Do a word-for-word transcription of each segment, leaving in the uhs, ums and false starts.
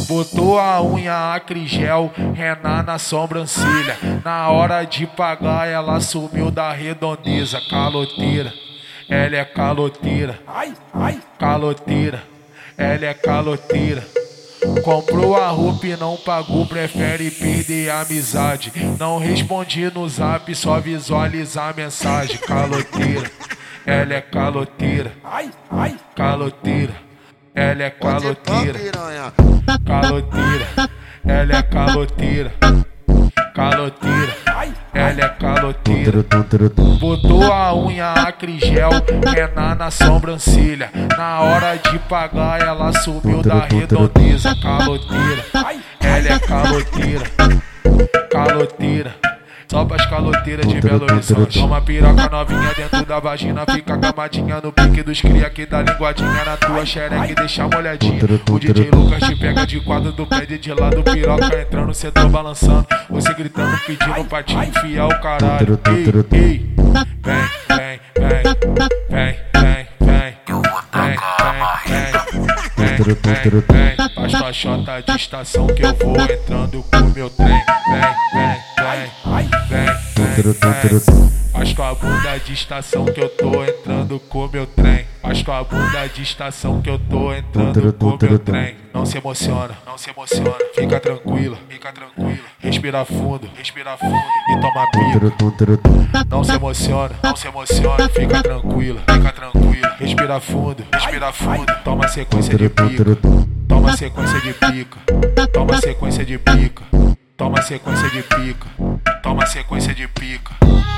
Botou a unha acrigel, renar na sobrancelha. Na hora de pagar ela sumiu da redondeza. Caloteira, ela é caloteira. Caloteira, ela é caloteira. Comprou a roupa e não pagou, prefere perder a amizade. Não respondi no zap, só visualizar a mensagem. Caloteira, ela é caloteira. Caloteira, ela é caloteira. Caloteira, ela é caloteira. Caloteira, ela é caloteira. Botou a unha acrigel, renar na sobrancelha. Na hora de pagar ela sumiu da redondeza. Caloteira, ela é caloteira. Caloteira, só pras caloteiras de Belo Horizonte. Toma piroca novinha dentro da vagina, fica camadinha no pique dos cria que dá linguadinha na tua xereca e deixa molhadinha. O D J Lucas te pega de quadro do pé de lado, piroca entrando, cê tá balançando. Você gritando, pedindo pra te enfiar o caralho. Ei, ei, vem, vem, vem, vem, vem, vem, vem, vem, vem, vem, vem. Faz paixota de estação que eu vou entrando com meu trem. Vem, vem, vem, vem, vem, vem. Faz com a bunda de estação que eu tô entrando com meu trem. Faz com a bunda de estação que eu tô entrando com meu trem. Não se emociona, não se emociona. Fica tranquila, fica tranquila. Respira fundo, respira fundo e toma pica. Não se emociona, não se emociona. Fica tranquila, fica tranquila. Respira fundo, respira fundo. Toma sequência de pica. Toma sequência de pica. Toma sequência de pica. Toma sequência de pica. Toma sequência de pica.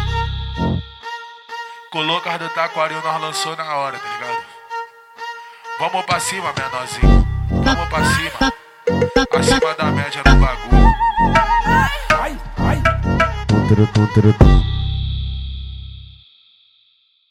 Com o Lucas do Taquaril nós lançou na hora, tá ligado? Vamos pra cima, menorzinho. Vamos pra cima. Acima da média no bagulho. Ai, ai.